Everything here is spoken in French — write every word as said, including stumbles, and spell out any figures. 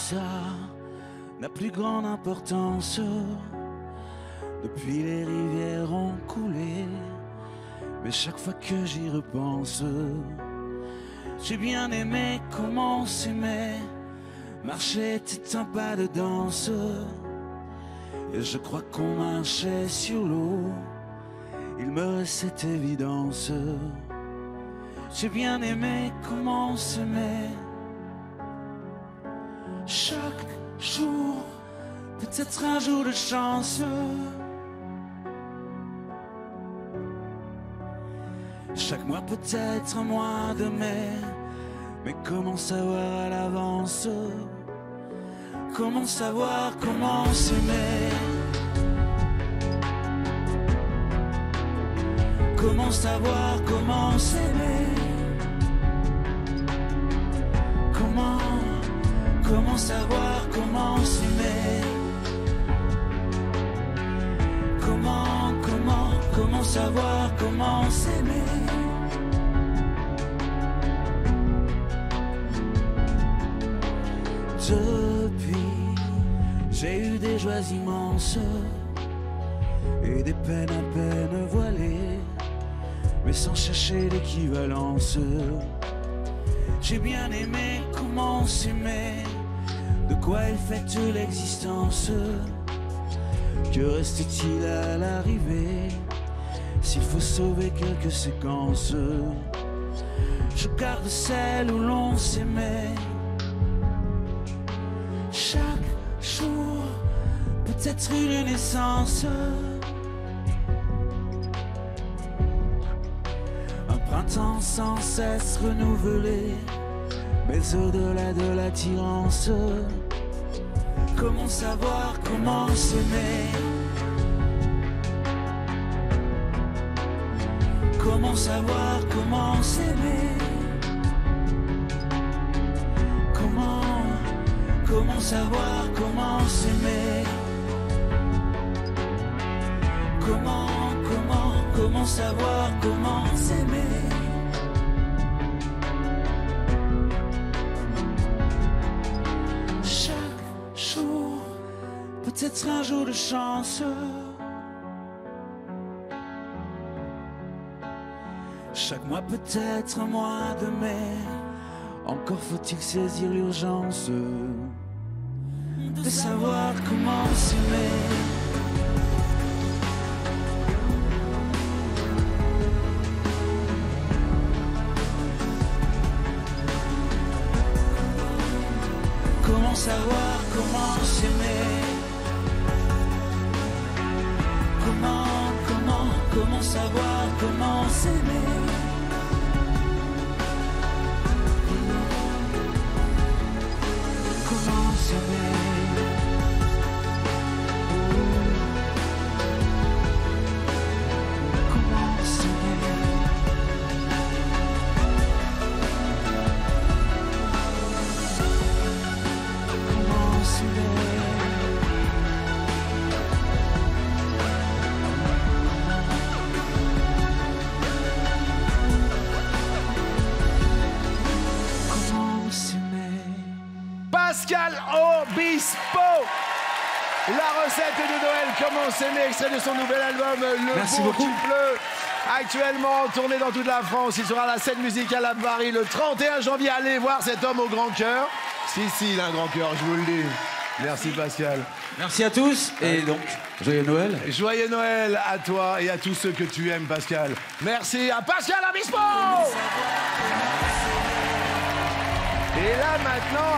ça n'a plus grande importance. Depuis les rivières ont coulé, mais chaque fois que j'y repense, j'ai bien aimé comment on s'aimait. Marcher était un pas de danse, et je crois qu'on marchait sur l'eau. Il me reste cette évidence. J'ai bien aimé comment on s'aimait. Chaque jour, peut-être un jour de chance. Chaque mois peut-être un mois de mai. Mais comment savoir à l'avance? Comment savoir comment on s'aimait? Comment savoir comment on s'aimait? Comment, comment savoir comment on s'aimait? Comment, comment, comment savoir comment on s'aimait? Depuis, j'ai eu des joies immenses et des peines à peine voilées, mais sans chercher l'équivalence. J'ai bien aimé comment on s'aimait. De quoi est faite l'existence? Que reste-t-il à l'arrivée s'il faut sauver quelques séquences? Je garde celle où l'on s'aimait. Chaque jour, peut-être une naissance. Un printemps sans cesse renouvelé, mais au-delà de l'attirance. Comment savoir comment s'aimer? Comment savoir comment s'aimer? Comment Comment savoir comment s'aimer? Comment, comment, comment savoir comment s'aimer? Chaque jour, peut-être un jour de chance. Chaque mois peut-être un mois de mai. Encore faut-il saisir l'urgence de savoir comment s'aimer. Comment savoir comment s'aimer? Comment, comment, comment savoir comment s'aimer? Comment s'aimer? Comment s'aimer? Comment s'aimer? Comment s'aimer? Pascal Obispo, la recette de Noël, comment s'aimer, extrait de son nouvel album Le Merci Beau beaucoup. qui pleut. Actuellement tourné dans toute la France, il sera à la scène musicale à Paris le trente et un janvier. Allez voir cet homme au grand cœur. Si, si, il a un grand cœur, je vous le dis. Merci Pascal. Merci à tous et donc, joyeux Noël. Joyeux Noël à toi et à tous ceux que tu aimes, Pascal. Merci à Pascal Obispo. Et là maintenant...